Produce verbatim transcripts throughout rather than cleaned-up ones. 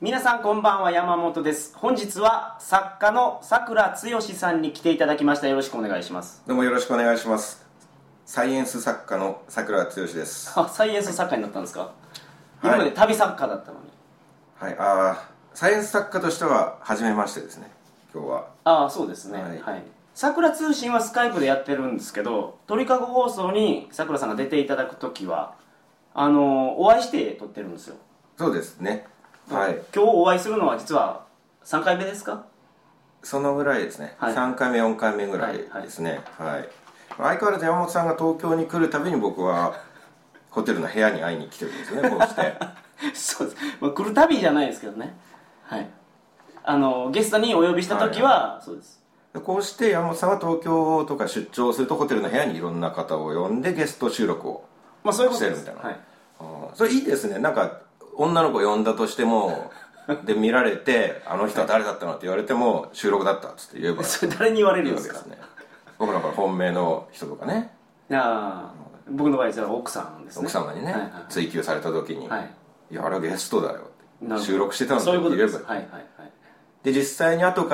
皆さんこんばんは、山本です。本日は作家の桜剛さんに来ていただきました。よろしくお願いします。 どうもよろしくお願いします。サイエンス作家の桜剛です。 あ、サイエンス作家になったんですか？はい、今まで旅作家だったのに。 はい、ああ、サイエンス作家としては初めましてですね、今日は。 ああ、そうですね。はい。はい、桜通信はスカイプでやってるんですけど、鳥かご放送に桜さんが出ていただくときは、あのお会いして撮ってるんですよ。 そうですね。はい、 今日お会いするのは実はさんかいめですか？ そのぐらいですね、はい、さんかいめよんかいめぐらいですね。はい、はいはい、相変わらず山本さんが東京に来るたびに僕はホテルの部屋に会いに来てるんですよね。こうしてそうです、まあ、来るたびじゃないですけどね。はい、あのゲストにお呼びした時は、はいはい、そうです。 こうして山本さんは東京とか出張するとホテルの部屋にいろんな方を呼んでゲスト収録をしてるみたいな、まあ、そういうことです。はい、それいいですね。なんか女の子呼んだとしてもで見られてあの人は誰だったのって言われても収録だったっつって言えばそれ誰に言われるんですか？いいわけですね。 僕なんか本命の人とかね。 ああ、僕の場合じゃあ奥さんですね。 奥様にね、はいはい、追及された時に、はい、いやあれはゲストだよって収録してたのって言えばいい。はいはいはい。で実際に後から、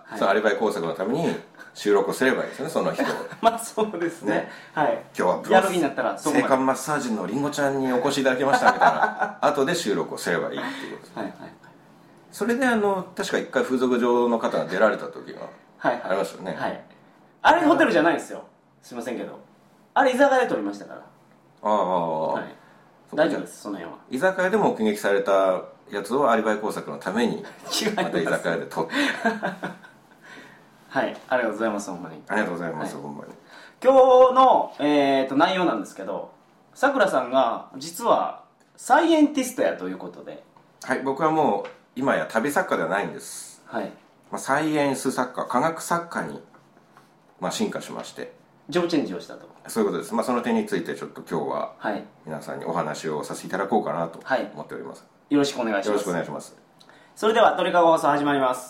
はい、そのアリバイ工作のために収録をすればいいですよね、その人をまあそうですね。ね、はい、 今日はプロ性感マッサージのりんごちゃんにお越しいただきましたみたいな後で収録をすればいいっていうことですね。はいはいはい、それであの確か一回風俗嬢の方が出られた時がありましたよね。はいはいはい、 あれホテルじゃないですよ、すいませんけど、あれ居酒屋で撮りましたから。ああ、はい、大丈夫です。その辺は居酒屋で目撃されたやつをアリバイ工作のためにまた居酒屋で撮ってはい、ありがとうございます。ほんまにありがとうございます。はい、ほんまに今日の、えー、と内容なんですけど、さくらさんが実はサイエンティストやということで。 はい、僕はもう今や旅作家ではないんです。はい、まあ、サイエンス作家、科学作家に、まあ、進化しましてジョブチェンジをしたと。 そういうことです。まあ、その点についてちょっと今日は皆さんにお話をさせていただこうかなと思っております。はい、 よろしくお願いします。 よろしくお願いします。 それでは鳥かご放送始まります。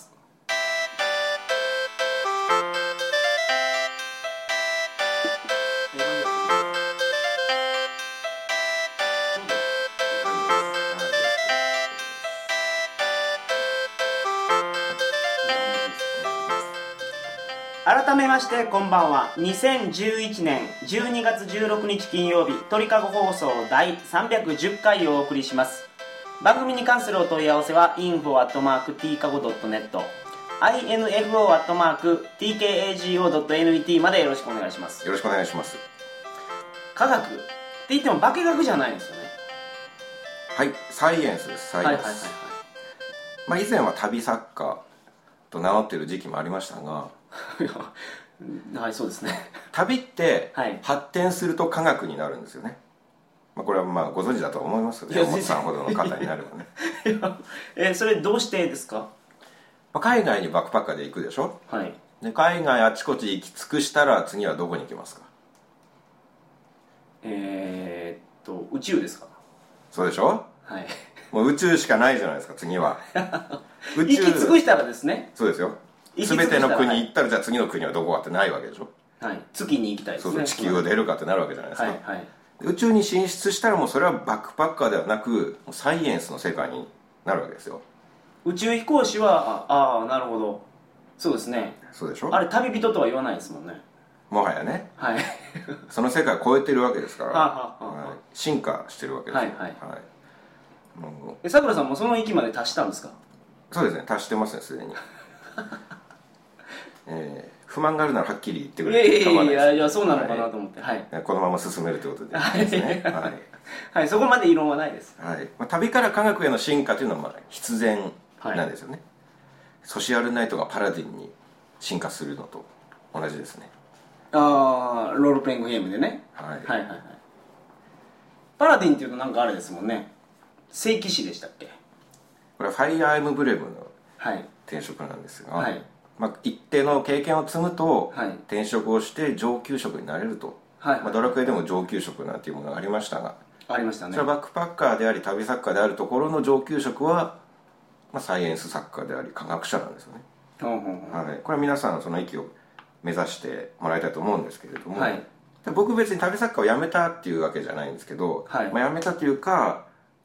改めましてこんばんは。にせんじゅういちねんじゅうにがつじゅうろくにち金曜日、鳥かご放送第さんびゃくじゅっかいをお送りします。番組に関するお問い合わせは インフォ アットマーク ティーカゴ ドット ネット インフォ アットマーク ティーケーエージーオー ドット ネット までよろしくお願いします。 よろしくお願いします。 科学って言っても化学じゃないですよね。 はい、サイエンスです。サイエンス、はいはいはいはい、まあ、以前は旅作家と名乗っている時期もありましたがはい、そうですね。 旅って発展すると科学になるんですよね。まあ、これはまあご存知だと思いますけど、山本さんほどの方になればねえー、それどうしてですか？ まあ、海外にバックパッカーで行くでしょ。はい、で海外あちこち行き尽くしたら次はどこに行きますか？ えー、っと宇宙ですか？ そうでしょ。はい、もう宇宙しかないじゃないですか次は宇宙行き尽くしたらですね。 そうですよ。全ての国行ったら、はい、じゃあ次の国はどこかってないわけでしょ。 はい、月に行きたいですね。 そうそう、地球を出るかってなるわけじゃないですか。はいはい、宇宙に進出したらもうそれはバックパッカーではなくサイエンスの世界になるわけですよ。 宇宙飛行士はああなるほど、そうですね。 そうでしょ。 あれ旅人とは言わないですもんね。 もはやね、はい、その世界を超えてるわけですからははは、はい、進化してるわけですよ。はいはいはい、 え、さくらさんもその域まで達したんですか？ そうですね、達してますねすでにえー、不満があるならはっきり言ってくれて構わないです。いやいやいや、 そうなのかなと思って、はい、 このまま進めるということでですねはい、はいはい、そこまで異論はないです。 はい、まあ、旅から科学への進化というのはまあ必然なんですよね。はい、ソシアルナイトがパラディンに進化するのと同じですね。 ああ、ロールプレイングゲームでね。はい、はいはいはい。パラディンっていうとなんかあれですもんね、聖騎士でしたっけ？ これはファイアーエムブレムの転職なんですが、はい、まあ、一定の経験を積むと、はい、転職をして上級職になれると、はいはい、まあ、ドラクエでも上級職なんていうものがありましたが、ありましたね。それはバックパッカーであり旅作家であるところの上級職は、まあ、サイエンス作家であり科学者なんですよね。うんうんうん、はい、これは皆さんその域を目指してもらいたいと思うんですけれども、はい、僕別に旅作家を辞めたっていうわけじゃないんですけど、はい、まあ、辞めたというか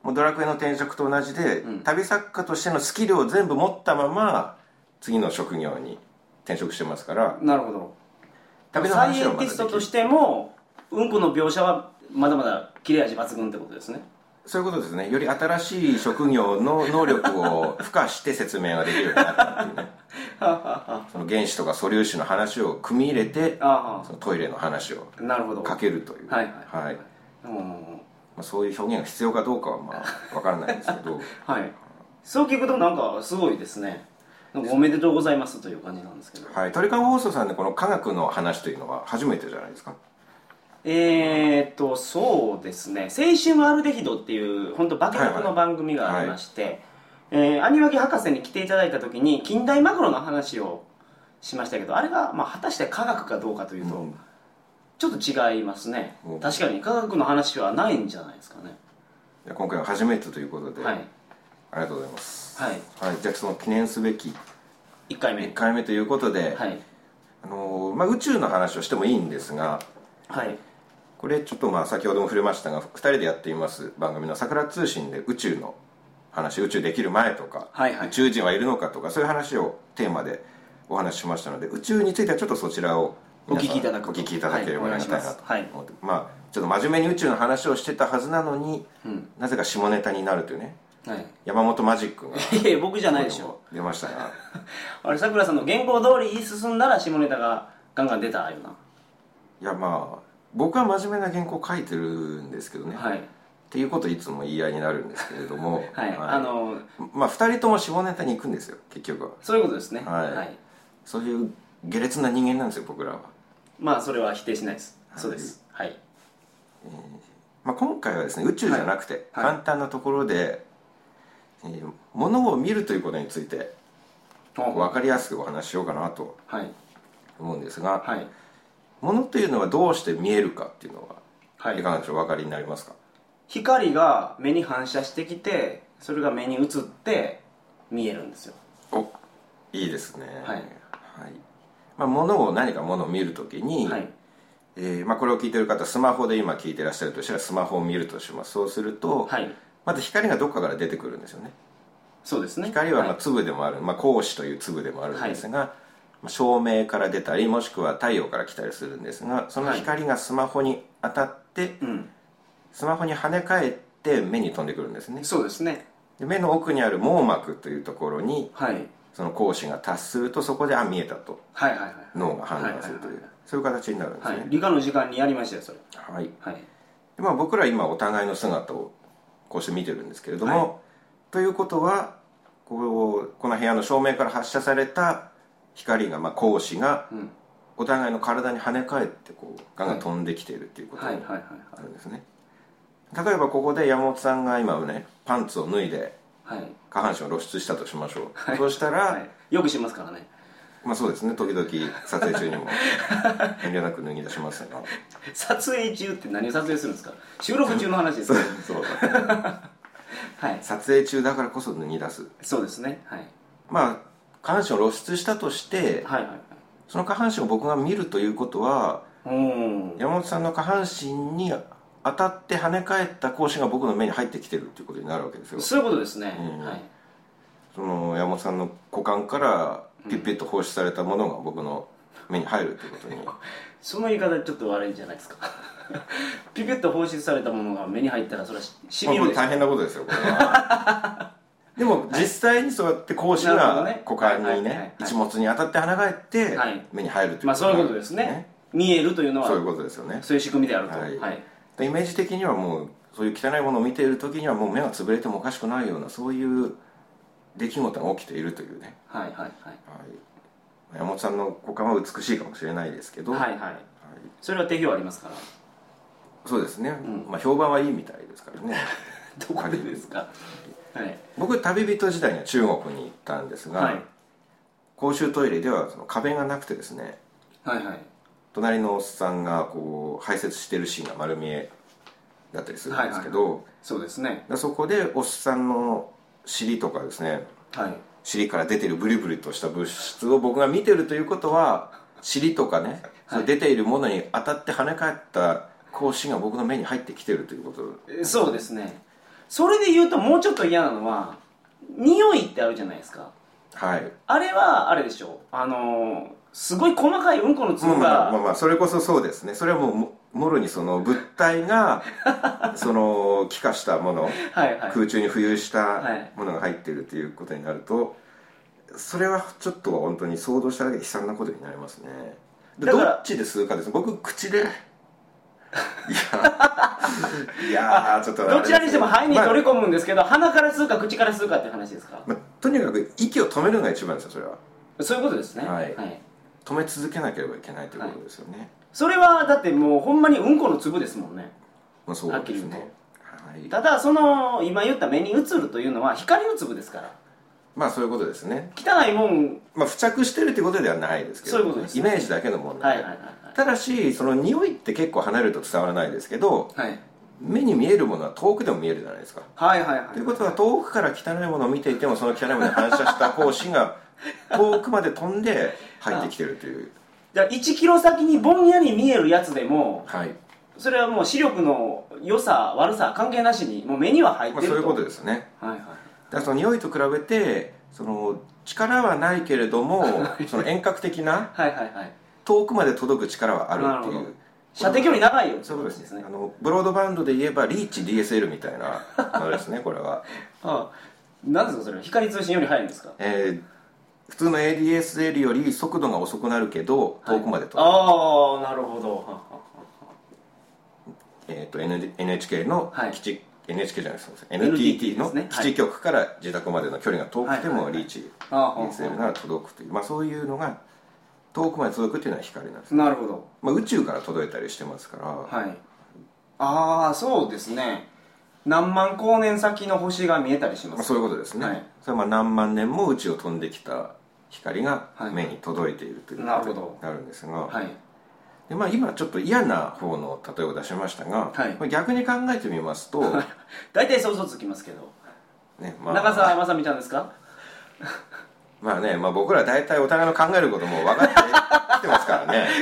もうドラクエの転職と同じで、うん、旅作家としてのスキルを全部持ったまま次の職業に転職してますから。 なるほど。旅の話はまだできる。サイエンティストとしてもうんこの描写はまだまだ切れ味抜群ってことですね。 そういうことですね。より新しい職業の能力を付加して説明ができるようになったっていうねその原子とか素粒子の話を組み入れてそのトイレの話をかけるという、はいはいはい、うんまあ、そういう表現が必要かどうかはまあ分からないんですけど、 はい、そう聞くとなんかすごいですね。なんかおめでとうございますという感じなんですけど、 はい、鳥かご放送さんでこの科学の話というのは初めてじゃないですか。 えーっとそうですね、青春アルデヒドっていう本当化学の番組がありまして、はいはい、えー、アニワギ博士に来ていただいた時に近代マグロの話をしましたけど、あれがまあ果たして科学かどうかというと、うん、ちょっと違いますね、うん、確かに科学の話はないんじゃないですかね。 今回は初めてということで、はい、ありがとうございます、はいはい、じゃあその記念すべきいっかいめいっかいめということで、はい、あのーまあ、宇宙の話をしてもいいんですが、はい、これちょっとまあ先ほども触れましたがふたりでやっています番組の桜通信で宇宙の話、宇宙できる前とか、はいはい、宇宙人はいるのかとかそういう話をテーマでお話ししましたので、宇宙についてはちょっとそちらをお聞きいただくお聞きいただければありがたいなと思って、まあちょっと真面目に宇宙の話をしてたはずなのに、うん、なぜか下ネタになるというね、はい、山本マジックがいや僕じゃないでしょ出ましたがあれ桜さんの原稿通り進んだら下ネタがガンガン出たような。 いやまあ僕は真面目な原稿書いてるんですけどね、はい、っていうこといつも言い合いになるんですけれどもはい、はい、あのまあふたりとも下ネタに行くんですよ結局は。 そういうことですね、 はい、はい、そういう下劣な人間なんですよ僕らは。 まあそれは否定しないです、はい、そうですはい、 えーまあ、今回はですね宇宙じゃなくて、はい、簡単なところで、えー、物を見るということについて分かりやすくお話ししようかなと思うんですが、はい、物というのはどうして見えるかっていうのは、はい、いかがでしょう、お分かりになりますか。 光が目に反射してきてそれが目に映って見えるんですよ。 お、いいですね。はい、はい、まあ、物を何か物を見るときに、はい、えーまあ、これを聞いてる方スマホで今聞いてらっしゃるとしたらスマホを見るとします。そうすると、はい、まず光がどっかから出てくるんですよね。 そうですね。 光はまあ粒でもある、はい、まあ、光子という粒でもあるんですが、はい、照明から出たりもしくは太陽から来たりするんですが、その光がスマホに当たって、はい、うん、スマホに跳ね返って目に飛んでくるんですね。 そうですね。 で目の奥にある網膜というところに、はい、その光子が達するとそこであ見えたと、はいはいはい、脳が判断するという、そういう形になるんですね、はい、 理科の時間にやりましたよそれ。 はい、はい、でまあ、僕ら今お互いの姿をこうして見てるんですけれども、はい、ということはこうこの部屋の照明から発射された光が、まあ、光子がお互いの体に跳ね返ってこうガンガン飛んできているっていうことになるんですね。例えばここで山本さんが今ねパンツを脱いで下半身を露出したとしましょう、はい、そうしたら、はい、 よくしますからね。 まあそうですね、時々撮影中にも遠慮なく脱ぎ出しますが撮影中って何を撮影するんですか。収録中の話ですかそうはい、撮影中だからこそ脱ぎ出す。 そうですね、はい、 まあ下半身を露出したとして、はいはいはい、その下半身を僕が見るということは山本さんの下半身に当たって跳ね返った光子が僕の目に入ってきてるっていうことになるわけですよ。 そういうことですね、うん、はい、 その山本さんの股間からピッピッと放出されたものが僕の目に入るということに、うん、 その言い方ちょっと悪いんじゃないですかピピッと放出されたものが目に入ったらそれはしみるでしょ。 大変なことですよこれはでも実際にそうやって光子が股間にね一物に当たって跳ね返って目に入るということ、 まあそういうことですね、ね、見えるというのはそういうことですよね。 そういう仕組みであると、 はいはい、イメージ的にはもうそういう汚いものを見ている時にはもう目が潰れてもおかしくないようなそういう出来事が起きているというね。はいはいはい、はい、山本さんの股間は美しいかもしれないですけど、はいはいはい、 それは定評ありますから。 そうですね、うん、まあ評判はいいみたいですからねどこでですか、はい、 僕旅人時代には中国に行ったんですが、はい、公衆トイレではその壁がなくてですね、はいはい、隣のおっさんがこう排泄してるシーンが丸見えだったりするんですけど、はいはいはい、 そうですね。 そこでおっさんの尻とかですね、はい、尻から出てるブリブリとした物質を僕が見てるということは尻とかね、はい、出ているものに当たって跳ね返った光子が僕の目に入ってきてるということ。 そうですね。 それで言うともうちょっと嫌なのは匂いってあるじゃないですか。 はい。 あれはあれでしょう、あのすごい細かいうんこの粒が、 まあまあまあそれこそそうですね。それはもうももろにその物体がその気化したものはい、はい、空中に浮遊したものが入っているということになると、それはちょっと本当に想像しただけで悲惨なことになりますね。でどっちで吸うかです。僕口でいやいやちょっとどちらにしても肺に取り込むんですけど、まあ、鼻から吸うか口から吸うかっていう話ですか、 まあ、とにかく息を止めるのが一番ですよ。それはそういうことですね、 はい、はい、止め続けなければいけないということですよね、はい、 それはだってもうほんまにうんこの粒ですもんね。 まあそうですね、 はい、ただその今言った目に映るというのは光の粒ですから、 まあそういうことですね。 汚いもん、 まあ付着してるということではないですけど、 そういうことです、 イメージだけの問題、はいはいはいはい、ただしその匂いって結構離れると伝わらないですけど、はい、目に見えるものは遠くでも見えるじゃないですか。 はいはいはい。 ということは遠くから汚いものを見ていてもその汚いものに反射した光子が遠くまで飛んで入ってきてるという。 じゃあいちキロ先にぼんやり見えるやつでも、 はい、 それはもう視力の良さ悪さ関係なしにもう目には入ってると、 まあ、そういうことですね。 はいはい。 だからその匂いと比べてその力はないけれどもその遠隔的なはいはい、はい、遠くまで届く力はあるっていう。 射程距離長いよ。 そうですね。あのブロードバンドで言えばリーチ ディーエスエル みたいなのですねこれは。 ああ、なんですかそれは。光通信より速いんですか。 えー普通の エーディーエスエル より速度が遅くなるけど遠くまで飛ぶ、 はい、ああなるほど。 えっと エヌエイチケー の基地、はい、エヌエイチケー じゃないです エヌティーティー の基地局から自宅までの距離が遠くてもリーチ ディーエスエル なら届くという、まあ、そういうのが遠くまで届くというのは光なんです、 なるほど、 まあ、宇宙から届いたりしてますから、 はい、ああそうですね。何万光年先の星が見えたりします、 まあ、そういうことですね、はい、それはまあ何万年も宇宙を飛んできた光が目に届いているということになるんですが、はい、でまあ、今ちょっと嫌な方の例えを出しましたが、はい、逆に考えてみますと大体想像つきますけど、ねまあ、長澤まさみちゃんですかまあね、まあ、僕ら大体お互いの考えることも分かってきてますからね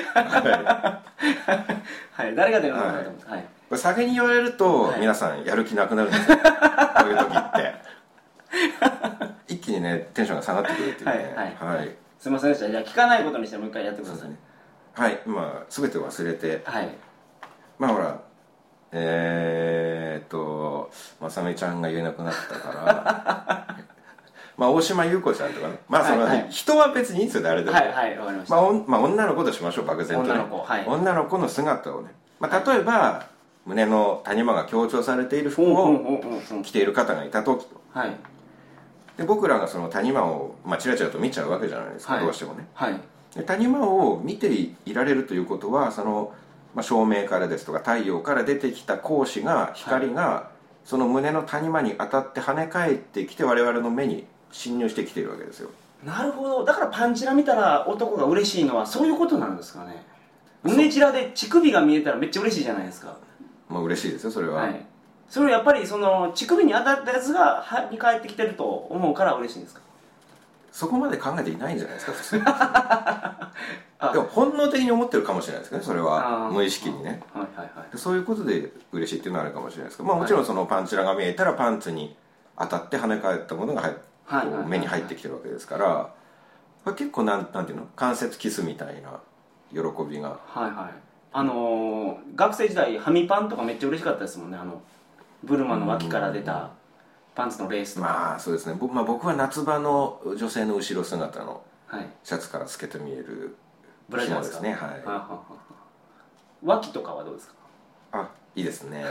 はい、誰が出るのかと思って、はい、 これ先に言われると、はい、皆さんやる気なくなるんですよこういう時って一気にねテンションが下がってくるっていうね、はいはいはい、 すいませんでした。じゃあ聞かないことにしてもう一回やってくださいね。 はいまあ全て忘れて、はい、まあほらえー、っとまさみちゃんが言えなくなったからまあ大島優子ちゃんとかね、まあその、はいはい、人は別にいいんですよ誰でも、はいはい、わかりました。まあ、まあ女の子としましょう、漠然とね、女の子、はい、女の子の姿をね、まあ、例えば、はい、胸の谷間が強調されている服を着ている方がいた時と、はい、で僕らがその谷間を、まあ、チラチラと見ちゃうわけじゃないですか、はい、どうしてもね、はい、で谷間を見ていられるということはその、まあ、照明からですとか太陽から出てきた光子が光が、はい、その胸の谷間に当たって跳ね返ってきて我々の目に侵入してきているわけですよ。なるほど。だからパンチラ見たら男が嬉しいのはそういうことなんですかね。胸チラで乳首が見えたらめっちゃ嬉しいじゃないですか。 まあ嬉しいですよそれは、はい、 それをやっぱりその乳首に当たったやつが歯に返ってきてると思うから嬉しいんですか。 そこまで考えていないんじゃないですか普通でも本能的に思ってるかもしれないですけどねそれは無意識にね、はいはいはい、そういうことで嬉しいっていうのはあるかもしれないですけど、まあ、もちろんそのパンチラが見えたらパンツに当たって跳ね返ったものが入って目に入ってきてるわけですから、これ結構なんなんていうの関節キスみたいな喜びが、 はいはい、あのー、学生時代ハミパンとかめっちゃ嬉しかったですもんね。あのブルマの脇から出たパンツのレースとか、 まあそうですね、僕、まあ、僕は夏場の女性の後ろ姿のシャツから透けて見えるブラジャーですね、はい、ははは脇とかはどうですか。 あ、いいですね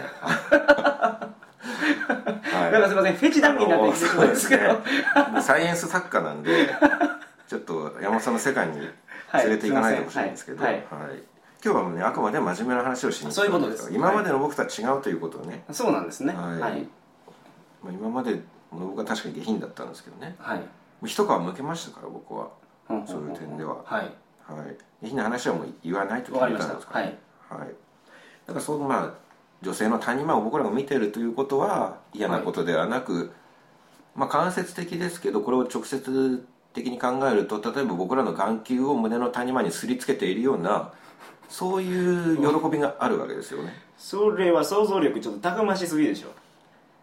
はい、なんかすいませんフェチ談義になってきてるんですけど、ね、 サイエンス作家なんでちょっと山本さんの世界に連れていかないとほしいんですけど、はいはいはい、今日はもうねあくまで真面目な話をしに来たんですが、今までの僕とは違うということをね、 そうなんですね、 はいはい、まあ、今までの僕は確かに下品だったんですけどね、はい、一皮むけましたから僕は、うん、そういう点では、はいはい、下品な話はもう言わないと決めたんですから、ね、はいはい、だからそう、まあ女性の谷間を僕らが見ているということは嫌なことではなく、はい、まあ間接的ですけどこれを直接的に考えると例えば僕らの眼球を胸の谷間にすりつけているようなそういう喜びがあるわけですよね。 それは想像力ちょっとたくましすぎでしょ。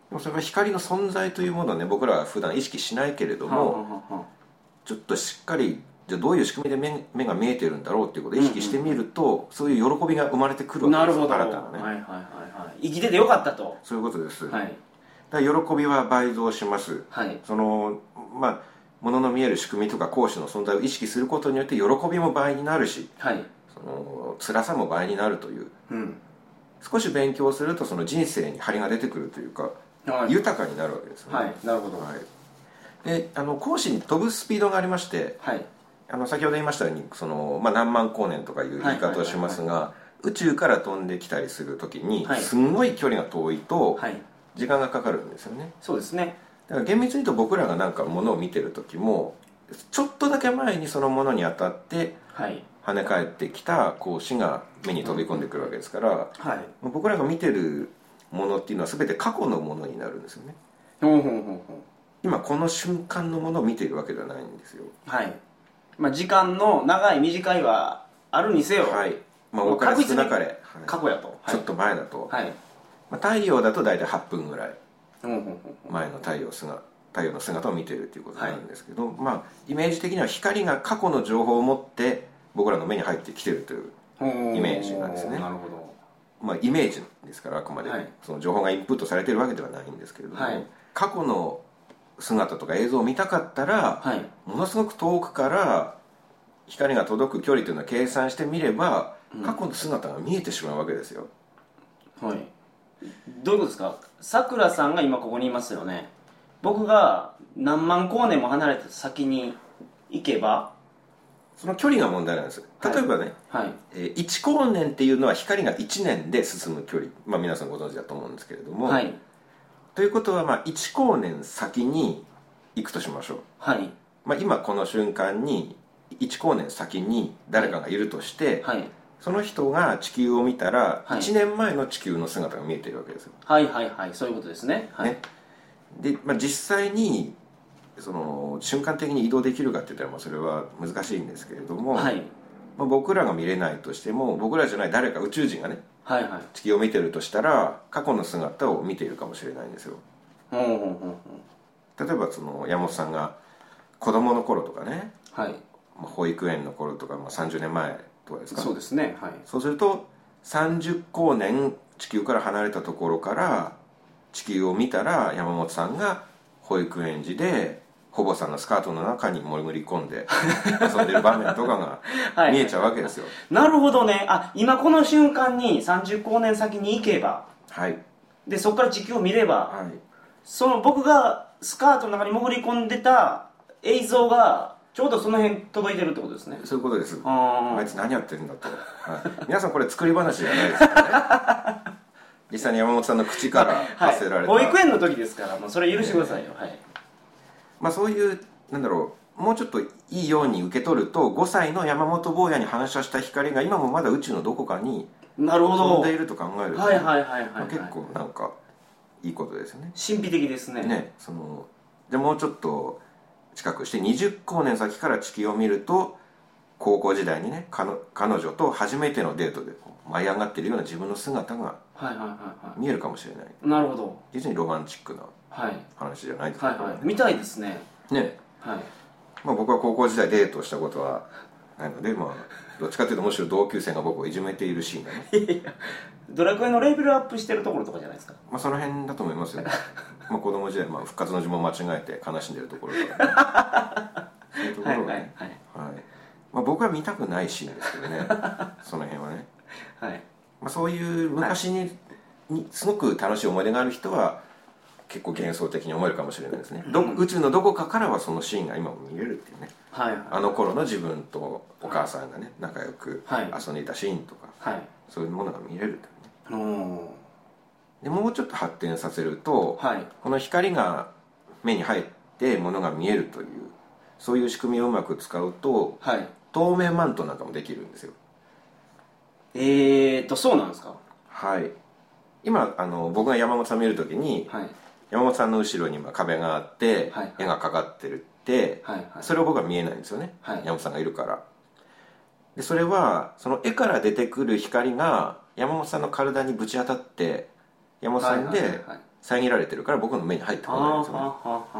でもそれは光の存在というものをね僕らは普段意識しないけれども、はあはあはあ、ちょっとしっかりじゃあどういう仕組みで 目, 目が見えてるんだろうっていうことを意識してみると、うんうん、そういう喜びが生まれてくるわけです。なるほど、新たなね、 はいはいはいはい、生きててよかったと、 そういうことです、 はい、 だから喜びは倍増します、はい、そのまあ物の見える仕組みとか光子の存在を意識することによって喜びも倍になるし、はい、その辛さも倍になるという、うん、少し勉強するとその人生に張りが出てくるというか、はい、豊かになるわけですよね。 はい、なるほど、はい、 であの光子に飛ぶスピードがありまして、はい、あの先ほど言いましたようにその、まあ、何万光年とかいう言い方をしますが、宇宙から飛んできたりするときに、はい、すんごい距離が遠いと、はい、時間がかかるんですよね。 そうですね。 だから厳密に言うと僕らがなんか物を見てる時もちょっとだけ前にその物に当たって跳ね返ってきた光子が目に飛び込んでくるわけですから、はい、僕らが見てるものっていうのは全て過去のものになるんですよね。ほうほうほうほう。今この瞬間のものを見ているわけではないんですよ。 はい、まあ、時間の長い短いはあるにせよ、 はい、まあ、多かれ少なかれ過去やと、 はい、ちょっと前だと、はい、まあ、太陽だと大体はっぷんぐらい前の太陽姿太陽の姿を見ているということなんですけど、はい、まあイメージ的には光が過去の情報を持って僕らの目に入ってきているというイメージなんですね。 なるほど。 まあイメージですからあくまで、はい、その情報がインプットされているわけではないんですけれども、はい、過去の姿とか映像を見たかったら、はい、ものすごく遠くから光が届く距離というのを計算してみれば、うん、過去の姿が見えてしまうわけですよ。 はい。どういうことですか。さくらさんが今ここにいますよね。僕が何万光年も離れた先に行けばその距離が問題なんです。例えばね、はいはい、えー、いち光年っていうのは光がいちねんで進む距離、まあ、皆さんご存知だと思うんですけれども、はい、ということはまあいち光年先に行くとしましょう、はい、まあ、今この瞬間にいち光年先に誰かがいるとして、はいはい、その人が地球を見たらいちねんまえの地球の姿が見えているわけですよ。 はいはいはい、そういうことですね。はい、ねで、まあ、実際にその瞬間的に移動できるかって言ったらまあそれは難しいんですけれども、はい、まあ、僕らが見れないとしても僕らじゃない誰か宇宙人がね、はいはい、地球を見てるとしたら過去の姿を見ているかもしれないんですよ。うんうんうんうん、例えばその山本さんが子供の頃とかね、はい、保育園の頃とか、まあ、さんじゅうねんまえとかですか。 そうですね、はい、 そうするとさんじゅっ光年地球から離れたところから地球を見たら山本さんが保育園児で保母さんのスカートの中に潜り込んで遊んでる場面とかが見えちゃうわけですよ。 なるほどね。あ、今この瞬間にさんじゅっ光年先に行けば、はい、でそこから地球を見れば、はい、その僕がスカートの中に潜り込んでた映像がちょうどその辺届いてるってことですね。 そういうことです。 あ, あいつ何やってるんだと、はい、皆さんこれ作り話じゃないですからね実際に山本さんの口から発せられた、 はい、保育園の時ですから、もうそれ許してくださいよ、えー、はい、 まあ、そういうなんだろう、もうちょっといいように受け取るとごさいの山本坊やに反射した光が今もまだ宇宙のどこかに飛んでいると考えると、はいはいはいはい、結構なんかいいことですよね。 神秘的ですね。 ね、そのじゃあもうちょっと近くしてにじゅっ光年先から地球を見ると高校時代にね彼女と初めてのデートで舞い上がっているような自分の姿が見えるかもしれない。 なるほど。 実にロマンチックな話じゃないですか、 はいはいはい、見たいですね。 ね、はい、まあ、僕は高校時代デートしたことはないので、まあ、どっちかというとむしろ同級生が僕をいじめているシーンがねいやドラクエのレベルアップしてるところとかじゃないですか。 まあその辺だと思いますよねまあ子供時代、まあ、復活の呪文を間違えて悲しんでるところとか、ね、そういうところをね、はいはいはいはい、まあ、僕は見たくないシーンですけどねその辺はね、はい、まあ、そういう昔に、はい、にすごく楽しい思い出がある人は結構幻想的に思えるかもしれないですね、うん、宇宙のどこかからはそのシーンが今も見れるっていうね、はいはい、あの頃の自分とお母さんがね仲良く遊んでいたシーンとか、はい、そういうものが見れるというね、でもうちょっと発展させると、はい、この光が目に入ってものが見えるというそういう仕組みをうまく使うと、はい、透明マントなんかもできるんですよ。 えーとそうなんですか。 はい、今あの僕が山本さん見るときに、はい、山本さんの後ろに壁があって、はい、絵がかかってるって、はいはい、それを僕は見えないんですよね、はい、山本さんがいるから。でそれはその絵から出てくる光が山本さんの体にぶち当たって山本さんで遮られてるから僕の目に入ってこないんですよね。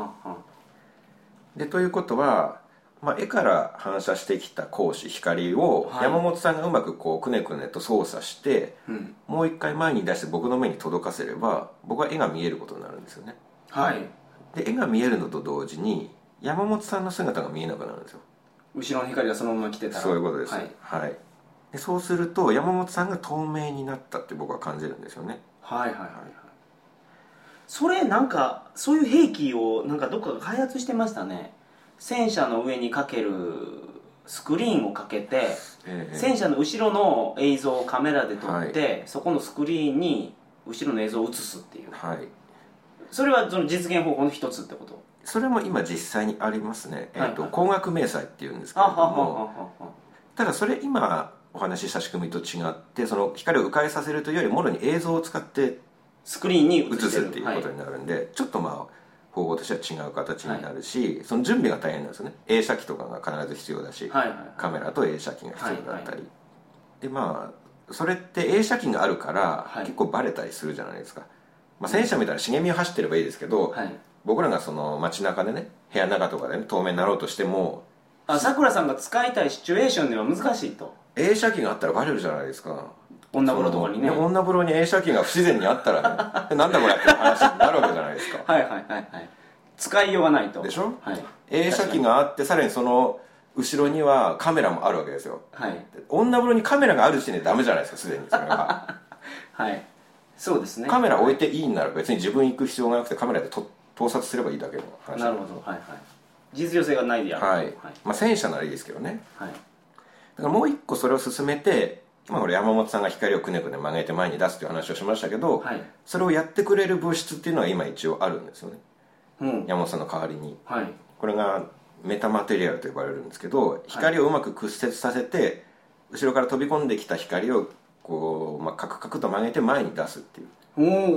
でということは、まあ、絵から反射してきた光子光を山本さんがうまくこうくねくねと操作して、はい、もう一回前に出して僕の目に届かせれば僕は絵が見えることになるんですよね。 はい。 で絵が見えるのと同時に山本さんの姿が見えなくなるんですよ。 後ろの光がそのまま来てたら。 そういうことです。はい、はい、でそうすると山本さんが透明になったって僕は感じるんですよね。 はいはいはいはい。それなんかそういう兵器をなんかどっかが開発してましたね。戦車の上にかけるスクリーンをかけて、ええ、戦車の後ろの映像をカメラで撮って、はい、そこのスクリーンに後ろの映像を映すっていう、はい、それはその実現方法の一つってこと？ それも今実際にありますね、えーとはいはい、光学迷彩っていうんですけれども、ただそれ今お話しした仕組みと違ってその光を迂回させるというよりもろに映像を使ってスクリーンに映すっていうことになるんで、はい、ちょっとまあ方法としては違う形になるし、はい、その準備が大変なんですよね。映写機とかが必ず必要だし、はいはいはい、カメラと映写機が必要だったり、はいはい、でまあそれって映写機があるから、はい、結構バレたりするじゃないですか。まあ、戦車みたいな茂みを走ってればいいですけど、はい、僕らがその街中でね部屋の中とかでね透明になろうとしてもさくらさんが使いたいシチュエーションでは難しいと。 映写機があったらバレるじゃないですか。 女風呂とかにね、 女風呂に映写機が不自然にあったらねなんだこれって話になるわけじゃないですか。 はいはいはいはい、使いようがないと。 でしょ、はい、映写機があってさらにその後ろにはカメラもあるわけですよ、はい、女風呂にカメラがある時点でダメじゃないですかすでにそれははいそうですね。 カメラ置いていいんなら別に自分行く必要がなくてカメラでと盗撮すればいいだけの話。 なるほど、はいはい、実用性がないでやる、 はい、はい、まあ戦車ならいいですけどね、はい、だからもう一個それを進めてまあ、これ山本さんが光をくねくね曲げて前に出すという話をしましたけど、はい、それをやってくれる物質っていうのは今一応あるんですよね、うん、山本さんの代わりに、はい、これがメタマテリアルと呼ばれるんですけど光をうまく屈折させて後ろから飛び込んできた光をこう、まあ、カクカクと曲げて前に出すっていう。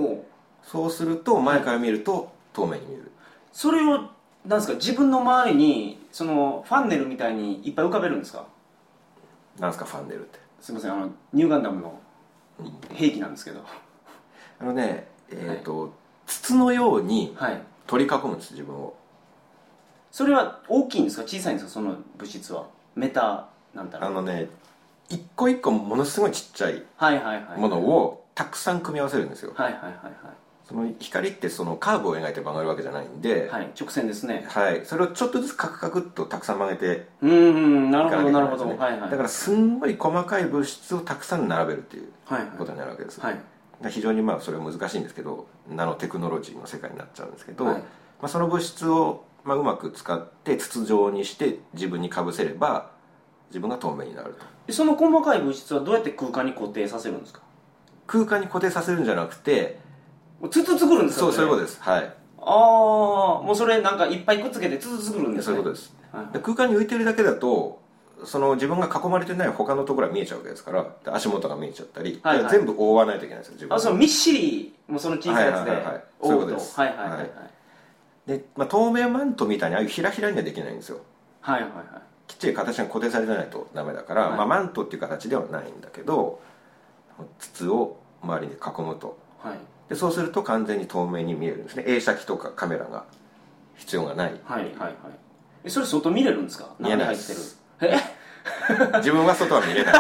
おそうすると前から見ると透明に見える、はい、 それをなんですか自分の周りにそのファンネルみたいにいっぱい浮かべるんですか？ なんですかファンネルって。 すみません、あのニューガンダムの兵器なんですけど、 あのねえっ、ー、と、はい、筒のように取り囲むんです自分を。 それは大きいんですか小さいんですかその物質は。メタなんだろう。 あのね一個一個ものすごいちっちゃいものをたくさん組み合わせるんですよ。はいはいはいはい。その光ってそのカーブを描いて曲がるわけじゃないんで、 はい、直線ですね。 はい、それをちょっとずつカクカクっとたくさん曲げてうんうんなるほどなるほど、 はいはい、だからすんごい細かい物質をたくさん並べるっていうことになるわけです、はいはい、非常にまあそれは難しいんですけどナノテクノロジーの世界になっちゃうんですけど、はいまあ、その物質をまあうまく使って筒状にして自分にかぶせれば自分が透明になると。 その細かい物質はどうやって空間に固定させるんですか？ 空間に固定させるんじゃなくて筒作るんですか？ そうそういうことです。はい。 ああもうそれなんかいっぱいくっつけて筒作るんですね。 そういうことです、はい、で空間に浮いてるだけだとその自分が囲まれてない他のところが見えちゃうわけですから足元が見えちゃったり、はいはい、全部覆わないといけないんですよ自分。 あそのみっしりもうその小さいやつでそういうことです。 はいはいはいはい、はい、 で、まあ、透明マントみたいにああいうひらひらにはできないんですよ。はいはいはい。きっちり形が固定されてないとダメだから、はいまあ、マントっていう形ではないんだけど筒を周りに囲むと、はい、でそうすると完全に透明に見えるんですね。映写機とかカメラが必要がない。はいはいはい。 えそれ外見れるんですか？ 見えないです。え自分は外は見れないです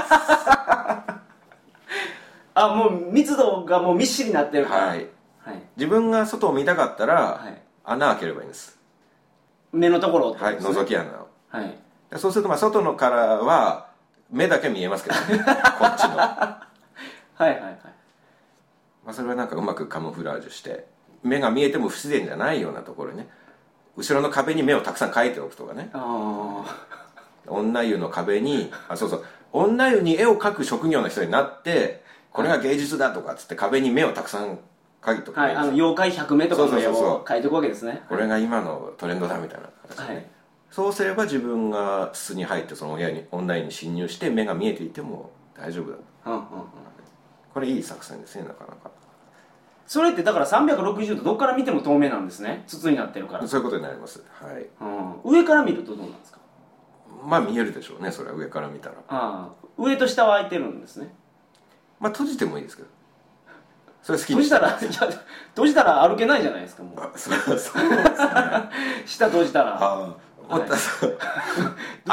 あもう密度がもうみっしりになってるから、はいはい、自分が外を見たかったら、はい、穴開ければいいんです。 目のところ、 ね、はい覗き穴を、はい、そうするとまあ外のからは目だけ見えますけどねこっちのはいはいはい、まあ、それはなんかうまくカモフラージュして目が見えても不自然じゃないようなところにね後ろの壁に目をたくさん描いておくとかね。あ女湯の壁にあそうそう女湯に絵を描く職業の人になってこれが芸術だとかっつって壁に目をたくさん描いておく、 はい、あの妖怪ひゃくめとかの絵を描いておくわけですね。 これが今のトレンドだみたいな形で、ねはい、そうすれば自分が筒に入ってその親に女湯に侵入して目が見えていても大丈夫だ、うんうんうん、これいい作戦ですねなかなか。 それってだからさんびゃくろくじゅうどどっから見ても透明なんですね筒になってるから。 そういうことになります、はい、 うん、上から見るとどうなんですか？ まあ見えるでしょうねそれは上から見たら。 ああ上と下は開いてるんですね。 まあ閉じてもいいですけどそれ好き閉じたら閉じたら歩けないじゃないですか。もうそうそうですね舌閉じたらあ、はい、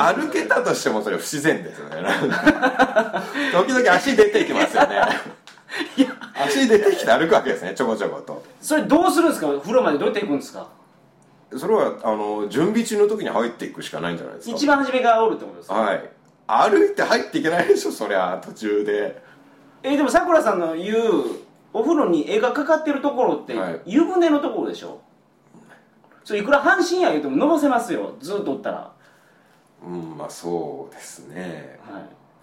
歩けたとしてもそれ不自然ですよね時々足出てきますよねいや足出てきて歩くわけですね、ちょこちょこと。 それどうするんですか？風呂までどうやって行くんですか？ それはあの準備中の時に入っていくしかないんじゃないですか。 一番初めがおるってことですか？ はい歩いて入っていけないでしょ、そりゃ途中で。 えー、でもさくらさんの言うお風呂に絵がかかってるところって、はい、湯船のところでしょ。それいくら半身や言うてものぼせますよ、ずっとおったら。うんまあそうですね、 はい、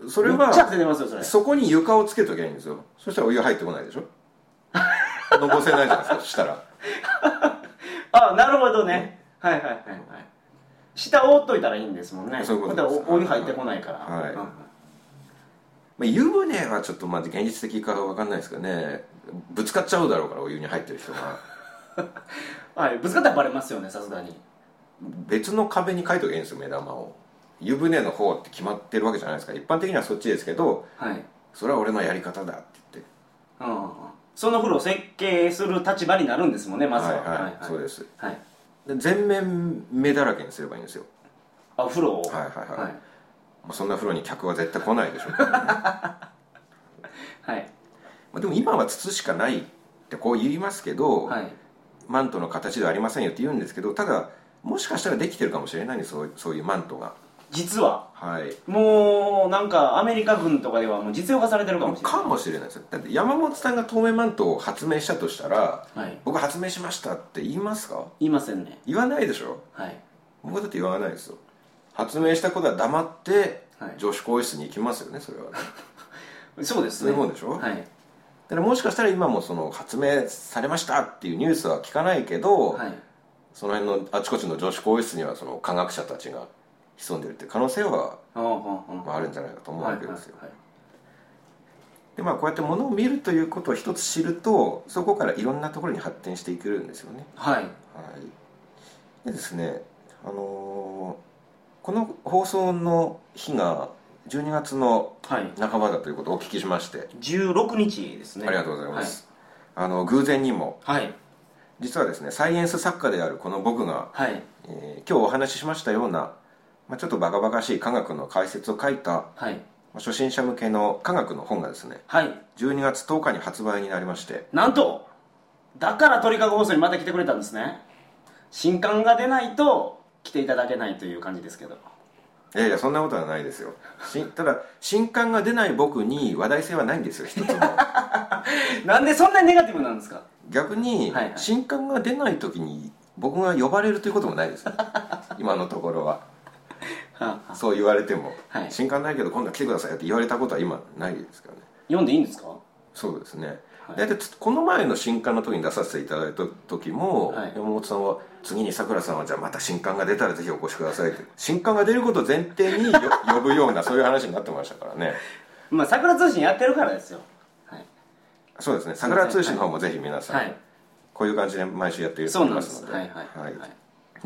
それはめっちゃ出てますよそれ。 そこに床をつけときゃいいんですよ。そしたらお湯入ってこないでしょのぼせないじゃないですかそしたらあ、なるほどね、はいはいはいはい。下を覆っといたらいいんですもんね。 そういうことです。 お, お湯入ってこないから。 はい、はい、まあ、湯船はちょっとまず現実的か分かんないですけどね、ぶつかっちゃうだろうから、お湯に入ってる人がはい、ぶつかったらバレますよね、さすがに。 別の壁に書いとけばいいんですよ、目玉を。湯船の方って決まってるわけじゃないですか。一般的にはそっちですけど、はい、それは俺のやり方だって言って、 うん、その風呂を設計する立場になるんですもんね、まずは。 はいはい、はいはい、そうです、 はい、 で全面目だらけにすればいいんですよ。 あ、風呂を。 はいはいはい、はい、まあ、そんな風呂に客は絶対来ないでしょうから、ねはい、 まあ、でも今は筒しかないってこう言いますけど、はい、マントの形ではありませんよって言うんですけど、ただもしかしたらできてるかもしれないんです、そう、そういうマントが実は、 はい、 もうなんかアメリカ軍とかではもう実用化されてるかもしれない。 かもしれないですよ。だって山本さんが透明マントを発明したとしたら、はい、僕発明しましたって言いますか？ 言いませんね。 言わないでしょ。はい、僕だって言わないですよ。発明したことは黙って女子更衣室に行きますよね、それはねそうですね、 そういうもんでしょ。はい、だからもしかしたら今もその発明されましたっていうニュースは聞かないけど、はい、その辺のあちこちの女子更衣室にはその科学者たちが潜んでるっていう可能性は、まあ、あるんじゃないかと思うわけですよ。でまあこうやってものを見るということを一つ知ると、そこからいろんなところに発展していけるんですよね。はい、はい、でですね、あのー、この放送の日がじゅうにがつの半ばだということをお聞きしまして、はい、 じゅうろくにちですね。 ありがとうございます、はい、あの偶然にも、はい、実はですねサイエンス作家であるこの僕が、はい、えー、今日お話ししましたような、まあ、ちょっとバカバカしい科学の解説を書いた、はい、初心者向けの科学の本がですね、はい、じゅうにがつとおかに発売になりまして。 なんとだから鳥かご放送にまた来てくれたんですね。新刊が出ないと来ていただけないという感じですけど。 いやいやそんなことはないですよ。ただ新刊が出ない僕に話題性はないんですよ、一つもなんでそんなにネガティブなんですか？ 逆に、はいはい、新刊が出ない時に僕が呼ばれるということもないですよ今のところはそう言われても、はい、新刊ないけど今度は来てくださいって言われたことは今ないですからね。 読んでいいんですか？ そうですね、はい、だいたいこの前の新刊の時に出させていただいた時も、はい、山本さんは次にさくらさんはじゃあまた新刊が出たらぜひお越しくださいって新刊が出ることを前提に呼ぶようなそういう話になってましたからねまあさくら通信やってるからですよ、はい、 そうですね、さくら通信の方もぜひ皆さん、はい、こういう感じで毎週やっていると思いますので、はいはいはいはい、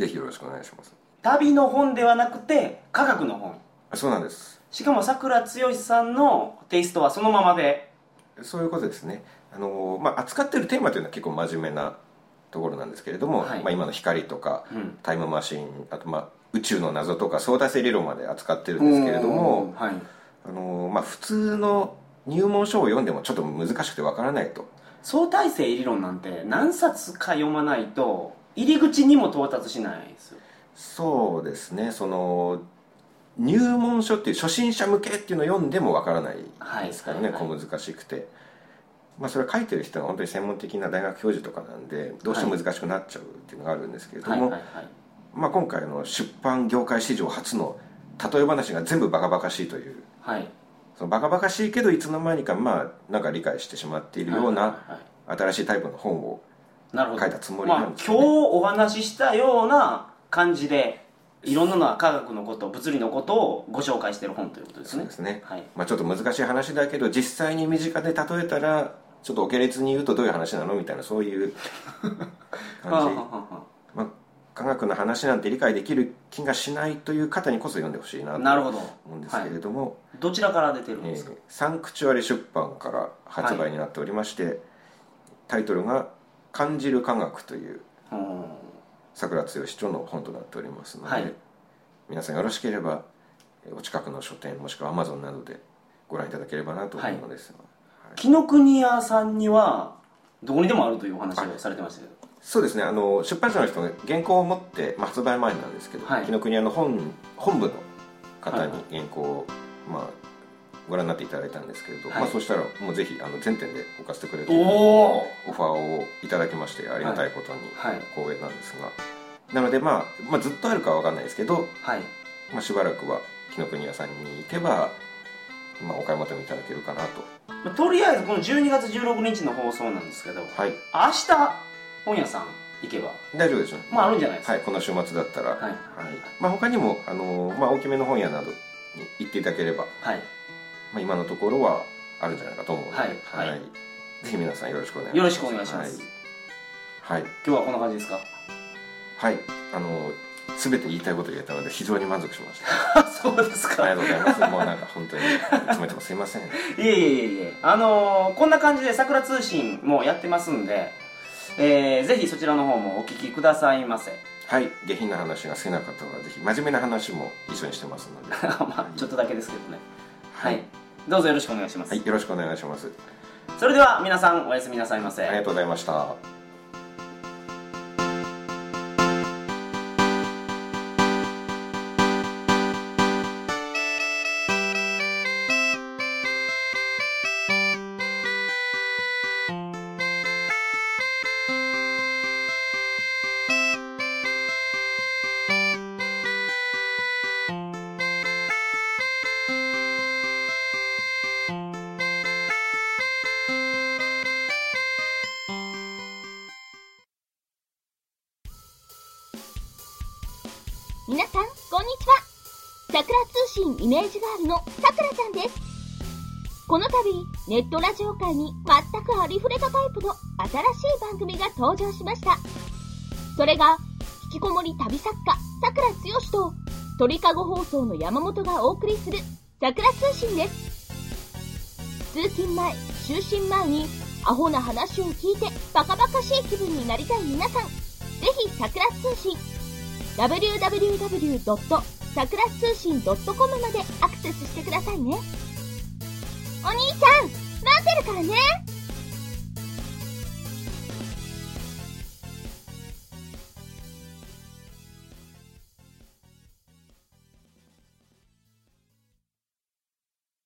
ぜひよろしくお願いします。 旅の本ではなくて科学の本。 そうなんです。 しかもさくらつよしさんのテイストはそのままで。 そういうことですね。あの、まあ、扱ってるテーマというのは結構真面目なところなんですけれども、はい、まあ、今の光とか、うん、タイムマシン、あと、まあ、宇宙の謎とか相対性理論まで扱ってるんですけれども、はい、あのまあ、普通の入門書を読んでもちょっと難しくてわからないと。 相対性理論なんて何冊か読まないと入り口にも到達しないですよ。 そうですね、その入門書っていう初心者向けっていうのを読んでもわからないですからね、はいはいはい、小難しくて、まあ、それは書いてる人が本当に専門的な大学教授とかなんでどうしても難しくなっちゃうっていうのがあるんですけれども、はいはいはいはい、まあ、今回の出版業界史上初の例え話が全部バカバカしいという、はい、そのバカバカしいけどいつの間にかまあなんか理解してしまっているような新しいタイプの本を書いたつもりなんですよね。 まあ、今日お話ししたような感じでいろんな科学のこと物理のことをご紹介している本ということですね。 そうですね、はい、まあ、ちょっと難しい話だけど実際に身近で例えたらちょっとお下劣に言うとどういう話なのみたいなそういう感じまあ、科学の話なんて理解できる気がしないという方にこそ読んでほしいなと思うんですけれども、はい、 どちらから出てるんですか？ えー、サンクチュアリ出版から発売になっておりまして、はい、 タイトルが「感じる科学」という桜剛著の本となっておりますので、はい、皆さんよろしければお近くの書店もしくは Amazon などでご覧いただければなと思うのですが、 紀ノ国屋さんにはどこにでもあるというお話をされてましたけど。 そうですね、あの出版社の人が原稿を持って、まあ、発売前なんですけど、紀ノ国屋の 本, 本部の方に原稿を、まあ、ご覧になっていただいたんですけれど、はい、まあ、そうしたらもうぜひあの全店で置かせてくれというオファーをいただきまして、ありがたいことに光栄なんですが、はい、なので、まあ、まあずっとあるかは分かんないですけど、はい、まあ、しばらくは紀ノ国屋さんに行けば、まあ、お買い求めいただけるかなと。 とりあえずこのじゅうにがつじゅうろくにちの放送なんですけど、はい、明日本屋さん行けば大丈夫ですよね。 まああるんじゃないですか。 はい、この週末だったら、はいはい、まあ、他にもあの、まあ、大きめの本屋などに行っていただければ、はい、まあ、今のところはあるんじゃないかと思うので、はいはいはい、ぜひ皆さんよろしくお願いします。 よろしくお願いします。はい、はい、今日はこんな感じですか。 はい、あの全て言いたいこと言えたので非常に満足しました。そうですか。 ありがとうございます。もうなんか本当に詰めてもすいません。いえいえいえいえ、あのー、こんな感じで桜通信もやってますんで、えー、ぜひそちらの方もお聞きくださいませ。 はい、下品な話が好きな方はぜひ真面目な話も一緒にしてますのでまあちょっとだけですけどね。はい、はい、どうぞよろしくお願いします。 はい、よろしくお願いします。 それでは皆さんおやすみなさいませ。 ありがとうございました。 皆さんこんにちは。桜通信イメージガールのさくらちゃんです。この度ネットラジオ界に全くありふれたタイプの新しい番組が登場しました。それが引きこもり旅作家さくらつよしと鳥かご放送の山本がお送りする桜通信です。通勤前、就寝前にアホな話を聞いてバカバカしい気分になりたい皆さん、ぜひ桜通信ダブリューダブリューダブリュードットさくら通信ドットコム までアクセスしてくださいね。お兄ちゃん待ってるからね。